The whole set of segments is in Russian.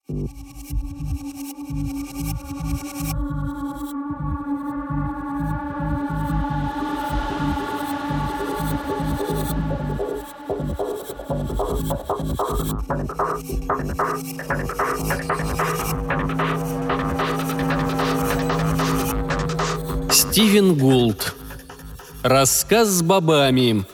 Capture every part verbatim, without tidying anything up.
Стивен Гулд. Рассказ с бобами.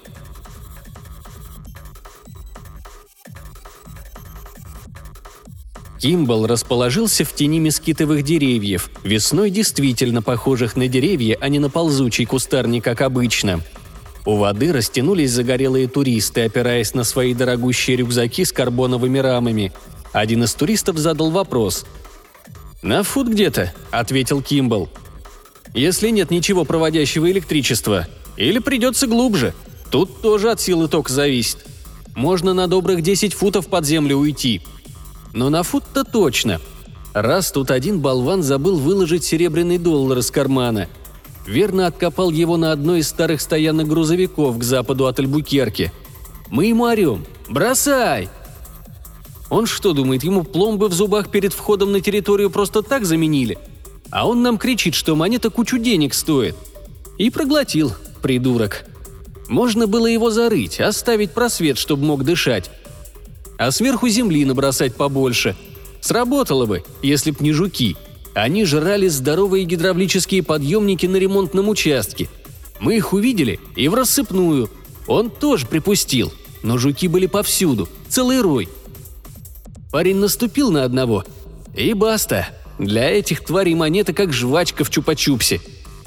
Кимбл расположился в тени мескитовых деревьев, весной действительно похожих на деревья, а не на ползучий кустарник, как обычно. У воды растянулись загорелые туристы, опираясь на свои дорогущие рюкзаки с карбоновыми рамами. Один из туристов задал вопрос. «На фут где-то», — ответил Кимбл. «Если нет ничего проводящего электричества. Или придется глубже. Тут тоже от силы тока зависит. Можно на добрых десять футов под землю уйти. Но на фут-то точно. Раз тут один болван забыл выложить серебряный доллар из кармана. Верно откопал его на одной из старых стоянок грузовиков к западу от Альбукерки. Мы ему орем: «Бросай!» Он что думает, ему пломбы в зубах перед входом на территорию просто так заменили? А он нам кричит, что монета кучу денег стоит. И проглотил, придурок. Можно было его зарыть, оставить просвет, чтобы мог дышать. А сверху земли набросать побольше. Сработало бы, если б не жуки. Они жрали здоровые гидравлические подъемники на ремонтном участке. Мы их увидели и в рассыпную. Он тоже припустил, но жуки были повсюду, целый рой. Парень наступил на одного, и баста. Для этих тварей монета как жвачка в чупа-чупсе.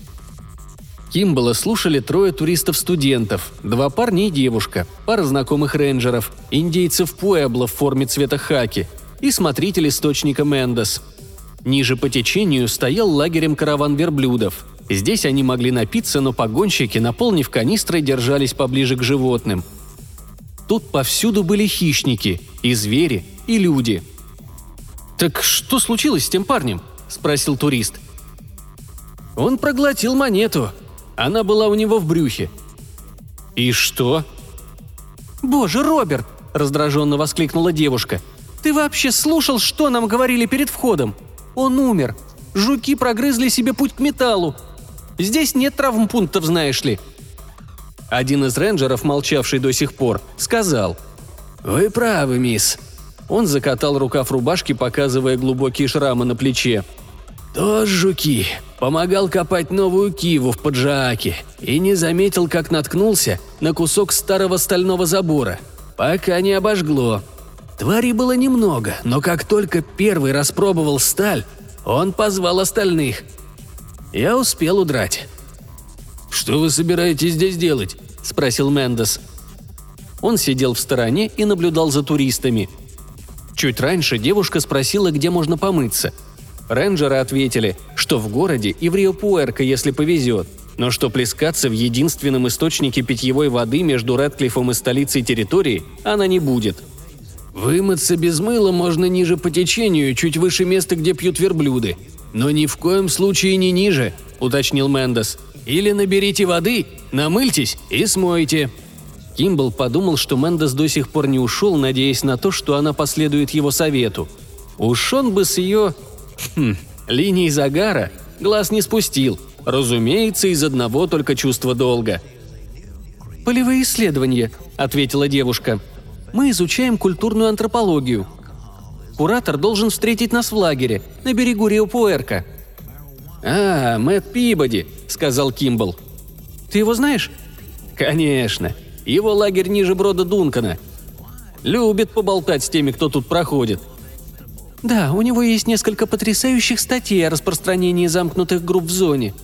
Кимбла слушали трое туристов-студентов, два парня и девушка, пара знакомых рейнджеров, индейцев Пуэбло в форме цвета хаки и смотритель источника Мендес. Ниже по течению стоял лагерем караван верблюдов. Здесь они могли напиться, но погонщики, наполнив канистры, держались поближе к животным. Тут повсюду были хищники, и звери, и люди. «Так что случилось с тем парнем?» – спросил турист. «Он проглотил монету. Она была у него в брюхе». «И что?» «Боже, Роберт!» – раздраженно воскликнула девушка. «Ты вообще слушал, что нам говорили перед входом? Он умер. Жуки прогрызли себе путь к металлу. Здесь нет травмпунктов, знаешь ли». Один из рейнджеров, молчавший до сих пор, сказал: «Вы правы, мисс». Он закатал рукав рубашки, показывая глубокие шрамы на плече. «Тоже жуки. Помогал копать новую киву в Паджааке и не заметил, как наткнулся на кусок старого стального забора. Пока не обожгло. Тварей было немного, но как только первый распробовал сталь, он позвал остальных. Я успел удрать». «Что вы собираетесь здесь делать?» – спросил Мендес. Он сидел в стороне и наблюдал за туристами. Чуть раньше девушка спросила, где можно помыться. Рейнджеры ответили, что в городе и в Рио-Пуэрко, если повезет, но что плескаться в единственном источнике питьевой воды между Рэдклиффом и столицей территории она не будет. «Вымыться без мыла можно ниже по течению, чуть выше места, где пьют верблюды. Но ни в коем случае не ниже», – уточнил Мендес. «Или наберите воды, намыльтесь и смойте». Кимбл подумал, что Мендес до сих пор не ушел, надеясь на то, что она последует его совету. Уж он бы с ее... Хм, линией загара глаз не спустил. Разумеется, из одного только чувства долга. «Полевые исследования», — ответила девушка. «Мы изучаем культурную антропологию. Куратор должен встретить нас в лагере, на берегу Рио-Пуэрко». «А, Мэтт Пибоди», — сказал Кимбл. «Ты его знаешь?» «Конечно. Его лагерь ниже брода Дункана. Любит поболтать с теми, кто тут проходит». «Да, у него есть несколько потрясающих статей о распространении замкнутых групп в зоне».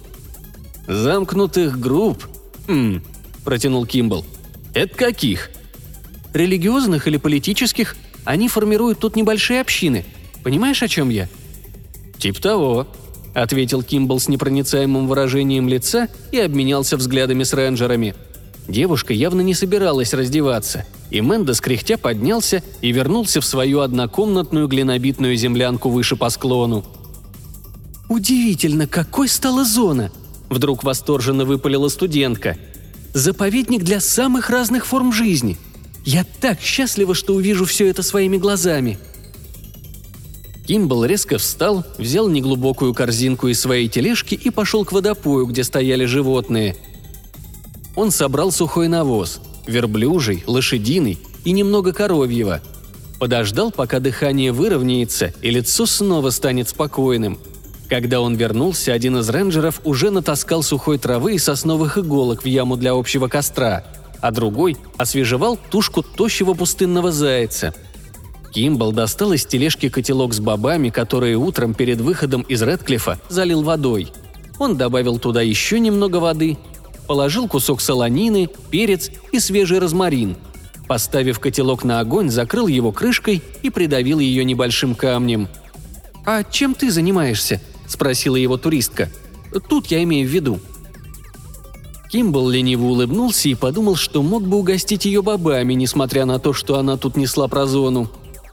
«Замкнутых групп? Хм», – протянул Кимбл. «Это каких?» «Религиозных или политических. Они формируют тут небольшие общины. Понимаешь, о чем я?» «Тип того», – ответил Кимбл с непроницаемым выражением лица и обменялся взглядами с рейнджерами. Девушка явно не собиралась раздеваться, и Мендес кряхтя поднялся и вернулся в свою однокомнатную глинобитную землянку выше по склону. «Удивительно, какой стала зона!» – вдруг восторженно выпалила студентка. «Заповедник для самых разных форм жизни. Я так счастлива, что увижу все это своими глазами». Кимбл резко встал, взял неглубокую корзинку из своей тележки и пошел к водопою, где стояли животные. Он собрал сухой навоз – верблюжий, лошадиный и немного коровьего. Подождал, пока дыхание выровняется и лицо снова станет спокойным. Когда он вернулся, один из рейнджеров уже натаскал сухой травы и сосновых иголок в яму для общего костра, а другой освежевал тушку тощего пустынного зайца. Кимбл достал из тележки котелок с бобами, которые утром перед выходом из Рэдклиффа залил водой. Он добавил туда еще немного воды, положил кусок солонины, перец и свежий розмарин. Поставив котелок на огонь, закрыл его крышкой и придавил ее небольшим камнем. «А чем ты занимаешься?» – спросила его туристка. «Тут я имею в виду». Кимбл лениво улыбнулся и подумал, что мог бы угостить ее бобами, несмотря на то, что она тут несла про зону.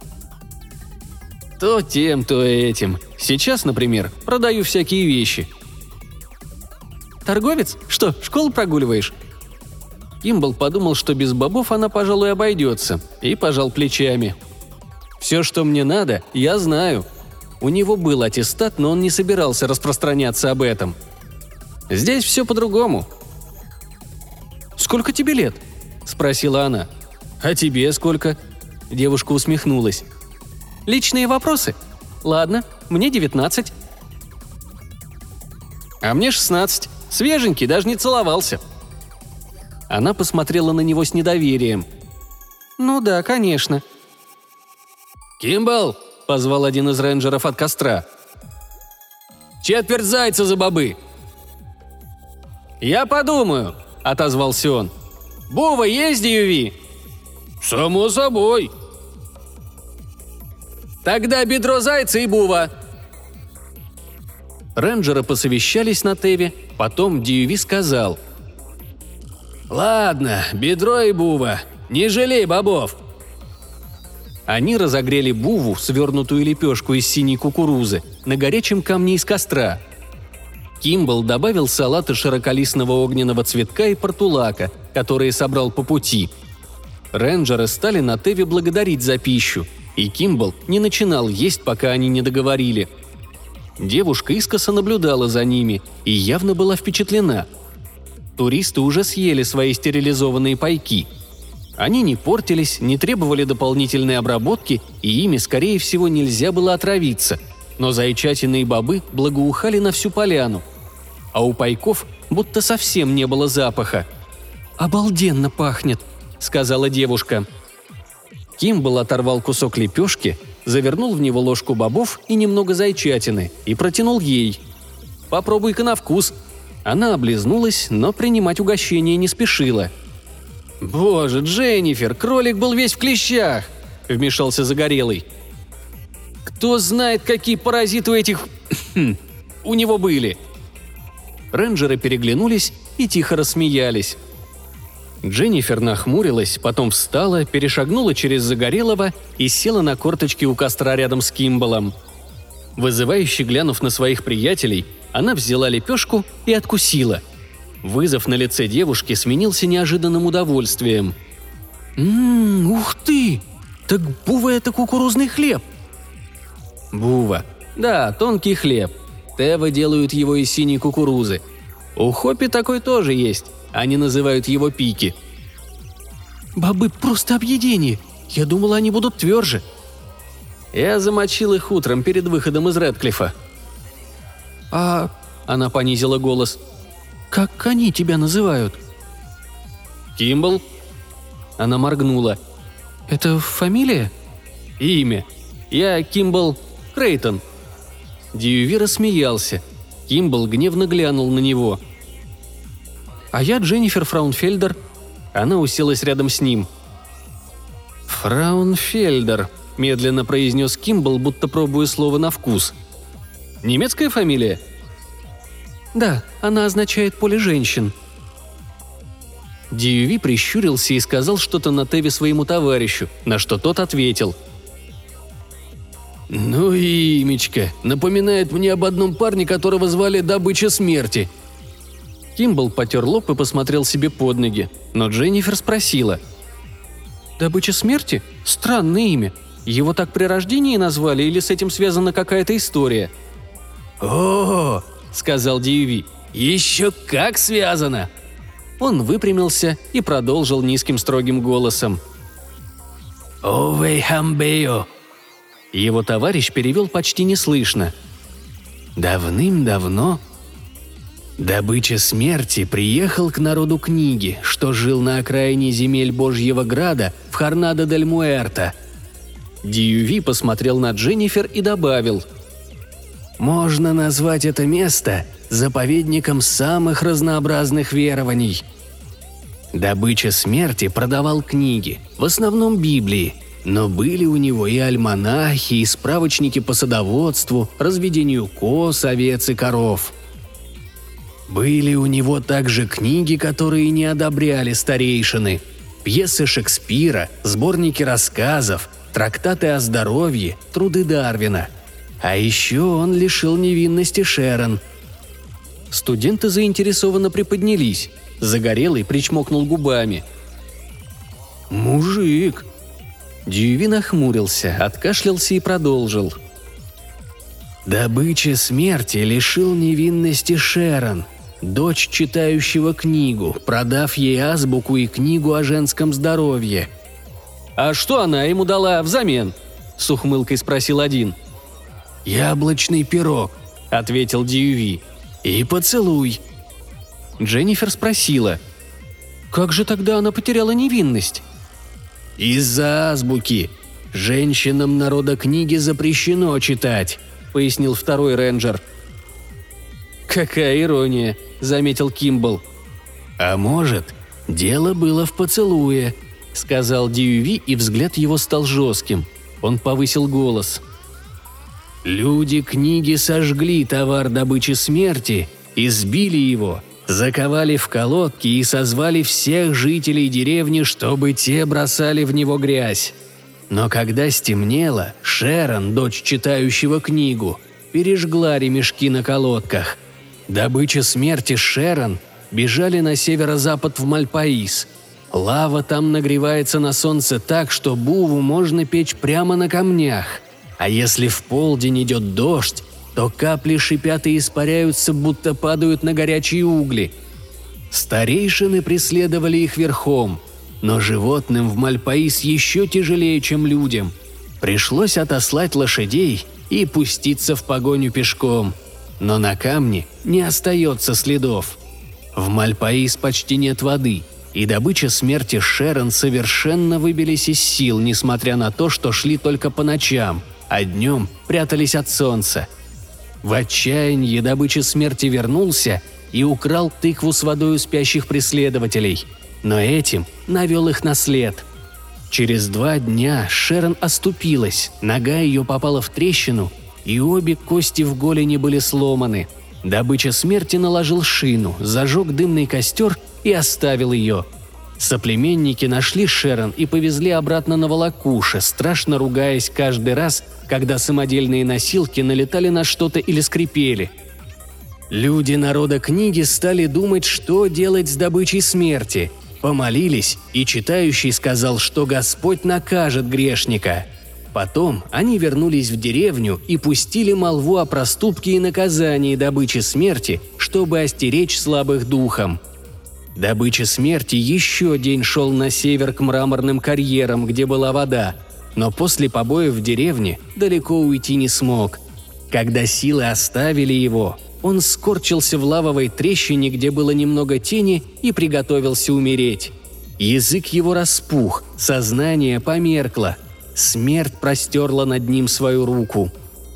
То тем, то этим. Сейчас, например, продаю всякие вещи. «Торговец? Что, школу прогуливаешь?» Кимбл подумал, что без бобов она, пожалуй, обойдется, и пожал плечами. «Все, что мне надо, я знаю». У него был аттестат, но он не собирался распространяться об этом. «Здесь все по-другому». «Сколько тебе лет?» – спросила она. «А тебе сколько?» Девушка усмехнулась. «Личные вопросы? Ладно, мне девятнадцать». «А мне шестнадцать. Свеженький, даже не целовался». Она посмотрела на него с недоверием. «Ну да, конечно». «Кимбл!» – позвал один из рейнджеров от костра. «Четверть зайца за бобы!» «Я подумаю!» – отозвался он. «Бува, есть ди ю ви?» «Само собой!» «Тогда бедро зайца и бува!» Рейнджеры посовещались на Теве, потом ди ю ви сказал: «Ладно, бедро и бува, не жалей бобов!» Они разогрели буву, свернутую лепешку из синей кукурузы, на горячем камне из костра. Кимбл добавил салата широколистного огненного цветка и портулака, которые собрал по пути. Рейнджеры стали на Теве благодарить за пищу, и Кимбл не начинал есть, пока они не договорили. Девушка искоса наблюдала за ними и явно была впечатлена. Туристы уже съели свои стерилизованные пайки. Они не портились, не требовали дополнительной обработки, и ими, скорее всего, нельзя было отравиться. Но зайчатины и бобы благоухали на всю поляну. А у пайков будто совсем не было запаха. «Обалденно пахнет», — сказала девушка. Кимбл оторвал кусок лепешки, завернул в него ложку бобов и немного зайчатины и протянул ей. «Попробуй-ка на вкус». Она облизнулась, но принимать угощение не спешила. «Боже, Дженнифер, кролик был весь в клещах!» – вмешался Загорелый. «Кто знает, какие паразиты у этих... у него были!» Рейнджеры переглянулись и тихо рассмеялись. Дженнифер нахмурилась, потом встала, перешагнула через Загорелого и села на корточки у костра рядом с Кимблом. Вызывающе глянув на своих приятелей, она взяла лепешку и откусила. Вызов на лице девушки сменился неожиданным удовольствием. «Ммм, ух ты! Так бува – это кукурузный хлеб!» «Бува. Да, тонкий хлеб. Тевы делают его из синей кукурузы. У Хоппи такой тоже есть. Они называют его пики». «Бобы просто объедение. Я думала, они будут тверже». «Я замочил их утром перед выходом из Рэдклиффа». «А...» – она понизила голос. «Как они тебя называют?» «Кимбл». Она моргнула. «Это фамилия?» «Имя. Я Кимбл Крейтон». ди ю ви рассмеялся. Кимбл гневно глянул на него. «А я Дженнифер Фраунфельдер». Она уселась рядом с ним. «Фраунфельдер», – медленно произнес Кимбл, будто пробуя слово на вкус. «Немецкая фамилия?» «Да, она означает «поле женщин». ди ю ви прищурился и сказал что-то на Теве своему товарищу, на что тот ответил. «Ну и имечко. Напоминает мне об одном парне, которого звали Добыча смерти». Кимбл потер лоб и посмотрел себе под ноги, но Дженнифер спросила. «Добыча смерти? Странное имя. Его так при рождении назвали или с этим связана какая-то история?» «О, — сказал Дьюви, — еще как связано!» Он выпрямился и продолжил низким строгим голосом. «Овей хамбео!» Его товарищ перевел почти неслышно. «Давным-давно добыча смерти приехал к народу книги, что жил на окраине земель Божьего Града в Хорнадо-дель-Муэрто». Дьюви посмотрел на Дженнифер и добавил. «Можно назвать это место заповедником самых разнообразных верований. Добыча смерти продавал книги, в основном Библии, но были у него и альманахи, и справочники по садоводству, разведению коз, овец и коров. Были у него также книги, которые не одобряли старейшины, пьесы Шекспира, сборники рассказов, трактаты о здоровье, труды Дарвина. А еще он лишил невинности Шерон». Студенты заинтересованно приподнялись. Загорелый причмокнул губами. «Мужик!» Дьюви нахмурился, откашлялся и продолжил. «Добыча смерти лишил невинности Шерон, дочь читающего книгу, продав ей азбуку и книгу о женском здоровье». «А что она ему дала взамен?» – с ухмылкой спросил один. «Яблочный пирог», – ответил Дьюви. «И поцелуй». Дженнифер спросила. «Как же тогда она потеряла невинность?» «Из-за азбуки. Женщинам народа книги запрещено читать», – пояснил второй рейнджер. «Какая ирония», – заметил Кимбл. «А может, дело было в поцелуе», – сказал Дьюви, и взгляд его стал жестким. Он повысил голос. «Люди книги сожгли товар добычи смерти, избили его, заковали в колодки и созвали всех жителей деревни, чтобы те бросали в него грязь. Но когда стемнело, Шерон, дочь читающего книгу, пережгла ремешки на колодках. Добыча смерти Шерон бежали на северо-запад в Мальпаис. Лава там нагревается на солнце так, что буву можно печь прямо на камнях. А если в полдень идет дождь, то капли шипят и испаряются, будто падают на горячие угли. Старейшины преследовали их верхом, но животным в Мальпаис еще тяжелее, чем людям. Пришлось отослать лошадей и пуститься в погоню пешком. Но на камне не остается следов. В Мальпаис почти нет воды, и добыча смерти Шерон совершенно выбились из сил, несмотря на то, что шли только по ночам, а днем прятались от солнца. В отчаянии добыча смерти вернулся и украл тыкву с водой у спящих преследователей, но этим навел их на след. Через два дня Шерон оступилась, нога ее попала в трещину, и обе кости в голени были сломаны. Добыча смерти наложил шину, зажег дымный костер и оставил ее. Соплеменники нашли Шерон и повезли обратно на волокуше, страшно ругаясь каждый раз, когда самодельные носилки налетали на что-то или скрипели. Люди народа книги стали думать, что делать с добычей смерти. Помолились, и читающий сказал, что Господь накажет грешника. Потом они вернулись в деревню и пустили молву о проступке и наказании добычи смерти, чтобы остеречь слабых духом. Добыча смерти еще день шел на север к мраморным карьерам, где была вода, но после побоев в деревне далеко уйти не смог. Когда силы оставили его, он скорчился в лавовой трещине, где было немного тени, и приготовился умереть. Язык его распух, сознание померкло. Смерть простерла над ним свою руку.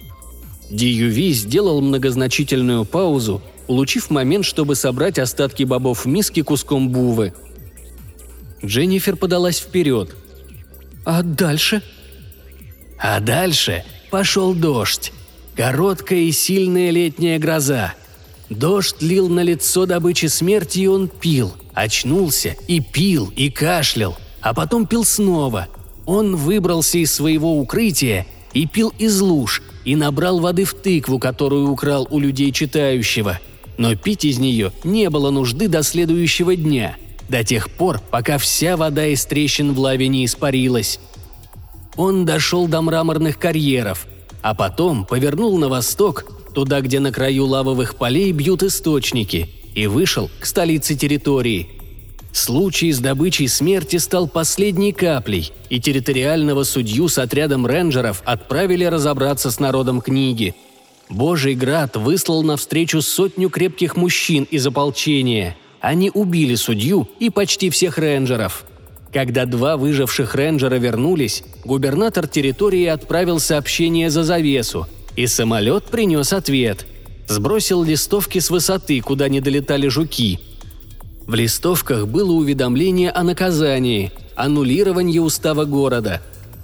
Дьюви сделал многозначительную паузу, улучив момент, чтобы собрать остатки бобов в миске куском бувы. Дженнифер подалась вперед. «А дальше?» «А дальше пошел дождь. Короткая и сильная летняя гроза. Дождь лил на лицо добычи смерти, и он пил, очнулся и пил, и кашлял, а потом пил снова. Он выбрался из своего укрытия и пил из луж, и набрал воды в тыкву, которую украл у людей читающего. Но пить из нее не было нужды до следующего дня, до тех пор, пока вся вода из трещин в лаве не испарилась. Он дошел до мраморных карьеров, а потом повернул на восток, туда, где на краю лавовых полей бьют источники, и вышел к столице территории. Случай с добычей смерти стал последней каплей, и территориального судью с отрядом рейнджеров отправили разобраться с народом книги. Божий Град выслал навстречу сотню крепких мужчин из ополчения. Они убили судью и почти всех рейнджеров. Когда два выживших рейнджера вернулись, губернатор территории отправил сообщение за завесу, и самолет принес ответ. Сбросил листовки с высоты, куда не долетали жуки. В листовках было уведомление о наказании, аннулировании устава города.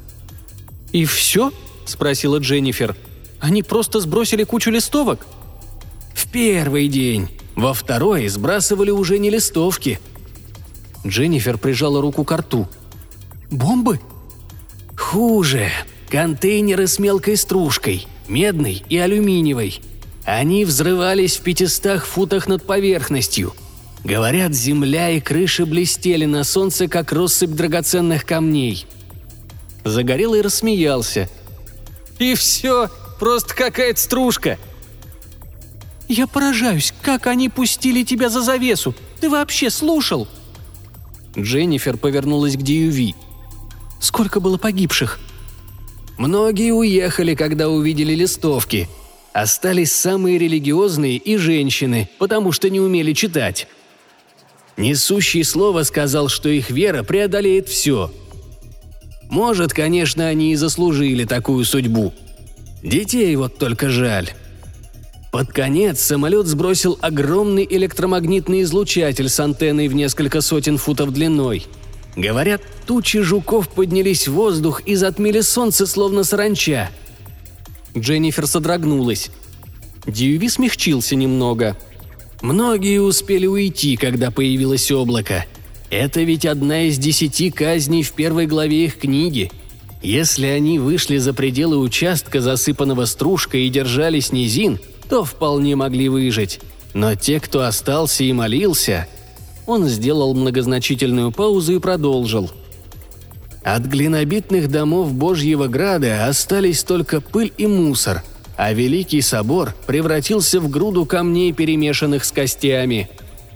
«И все?» – спросила Дженнифер. «Они просто сбросили кучу листовок?» «В первый день. Во второй сбрасывали уже не листовки». Дженнифер прижала руку к рту. «Бомбы?» «Хуже. Контейнеры с мелкой стружкой, медной и алюминиевой. Они взрывались в пятистах футах над поверхностью. Говорят, земля и крыши блестели на солнце, как россыпь драгоценных камней». Загорелый рассмеялся. «И все, просто какая-то стружка!» «Я поражаюсь, как они пустили тебя за завесу! Ты вообще слушал?» Дженнифер повернулась к Ди Ю Ви. «Сколько было погибших?» «Многие уехали, когда увидели листовки. Остались самые религиозные и женщины, потому что не умели читать. Несущий слово сказал, что их вера преодолеет все. Может, конечно, они и заслужили такую судьбу. Детей вот только жаль». Под конец самолет сбросил огромный электромагнитный излучатель с антенной в несколько сотен футов длиной. Говорят, тучи жуков поднялись в воздух и затмили солнце, словно саранча. Дженнифер содрогнулась. Ди Ю Ви смягчился немного. Многие успели уйти, когда появилось облако. Это ведь одна из десяти казней в первой главе их книги. Если они вышли за пределы участка, засыпанного стружкой, и держались низин, то вполне могли выжить. Но те, кто остался и молился... Он сделал многозначительную паузу и продолжил. От глинобитных домов Божьего Града остались только пыль и мусор, а Великий Собор превратился в груду камней, перемешанных с костями.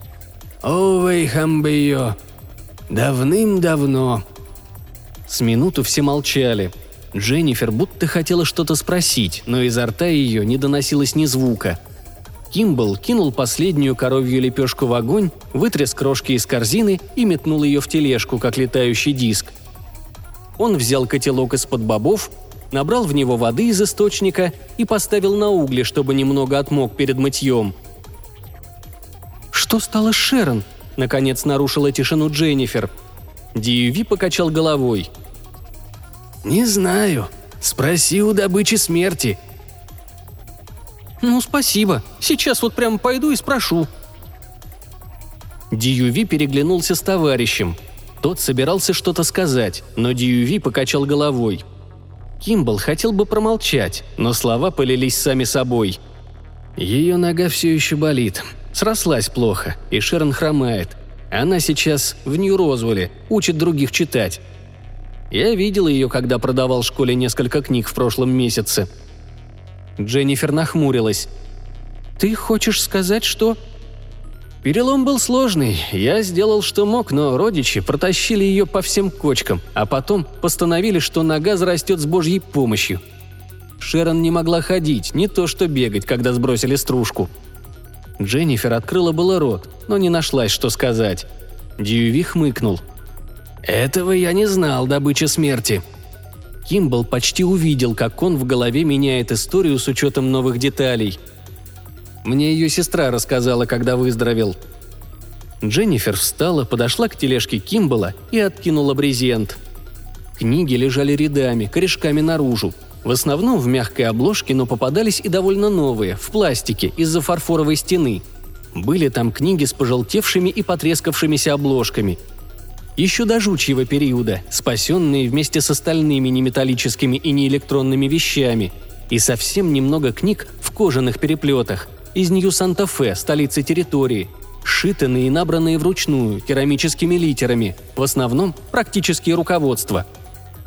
Овей хамбейо. Давным-давно. С минуту все молчали. Дженнифер будто хотела что-то спросить, но изо рта ее не доносилось ни звука. Кимбл кинул последнюю коровью лепешку в огонь, вытряс крошки из корзины и метнул ее в тележку, как летающий диск. Он взял котелок из-под бобов, набрал в него воды из источника и поставил на угли, чтобы немного отмок перед мытьем. «Что стало с Шерон?» – наконец нарушила тишину Дженнифер. Ди Ю Ви покачал головой. «Не знаю. Спроси у добычи смерти». «Ну, спасибо. Сейчас вот прямо пойду и спрошу». Ди Ю Ви переглянулся с товарищем. Тот собирался что-то сказать, но Ди Ю Ви покачал головой. Кимбл хотел бы промолчать, но слова полились сами собой. «Ее нога все еще болит. Срослась плохо, и Шерон хромает. Она сейчас в Нью-Розвилле, учит других читать. Я видел ее, когда продавал в школе несколько книг в прошлом месяце». Дженнифер нахмурилась. «Ты хочешь сказать, что...» Перелом был сложный. Я сделал, что мог, но родичи протащили ее по всем кочкам, а потом постановили, что нога зарастет с Божьей помощью. Шерон не могла ходить, не то что бегать, когда сбросили стружку. Дженнифер открыла было рот, но не нашлась, что сказать. Ди Ю Ви хмыкнул. «Этого я не знал, добыча смерти». Кимбл почти увидел, как он в голове меняет историю с учетом новых деталей. «Мне ее сестра рассказала, когда выздоровел». Дженнифер встала, подошла к тележке Кимбла и откинула брезент. Книги лежали рядами, корешками наружу. В основном в мягкой обложке, но попадались и довольно новые, в пластике, из-за фарфоровой стены. Были там книги с пожелтевшими и потрескавшимися обложками. Еще до жучьего периода, спасенные вместе с остальными неметаллическими и неэлектронными вещами. И совсем немного книг в кожаных переплетах. Из Нью-Санта-Фе, столицы территории. Сшитанные и набранные вручную, керамическими литерами. В основном практические руководства.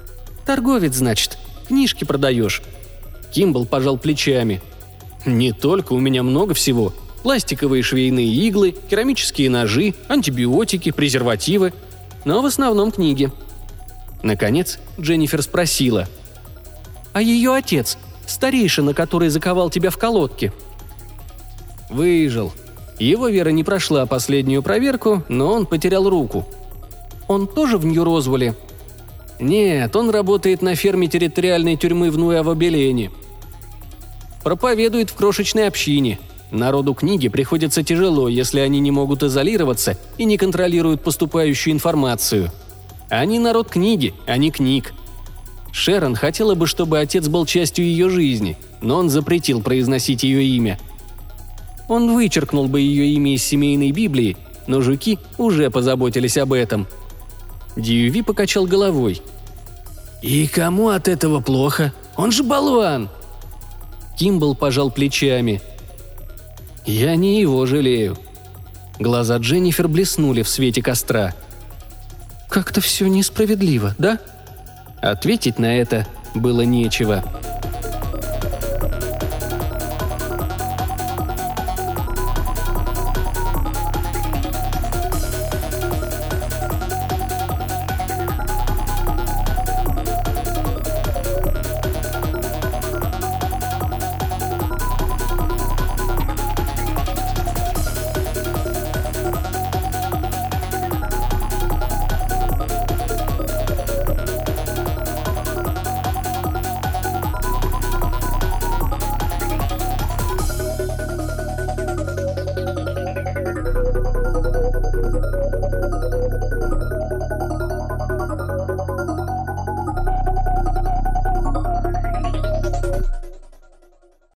«Торговец, значит. Книжки продаешь». Кимбл пожал плечами. «Не только, у меня много всего. Пластиковые швейные иглы, керамические ножи, антибиотики, презервативы. Но в основном книги». Наконец Дженнифер спросила. «А ее отец, старейшина, который заковал тебя в колодки?» «Выжил. Его вера не прошла последнюю проверку, но он потерял руку». «Он тоже в Нью-Розвилле?» «Нет, он работает на ферме территориальной тюрьмы в Нуэво-Белене. Проповедует в крошечной общине. Народу книги приходится тяжело, если они не могут изолироваться и не контролируют поступающую информацию. Они народ книги, а не книг. Шерон хотела бы, чтобы отец был частью ее жизни, но он запретил произносить ее имя. Он вычеркнул бы ее имя из семейной Библии, но жуки уже позаботились об этом». Дьюви покачал головой. «И кому от этого плохо? Он же болван!» Кимбл пожал плечами. «Я не его жалею». Глаза Дженнифер блеснули в свете костра. «Как-то все несправедливо, да?» Ответить на это было нечего.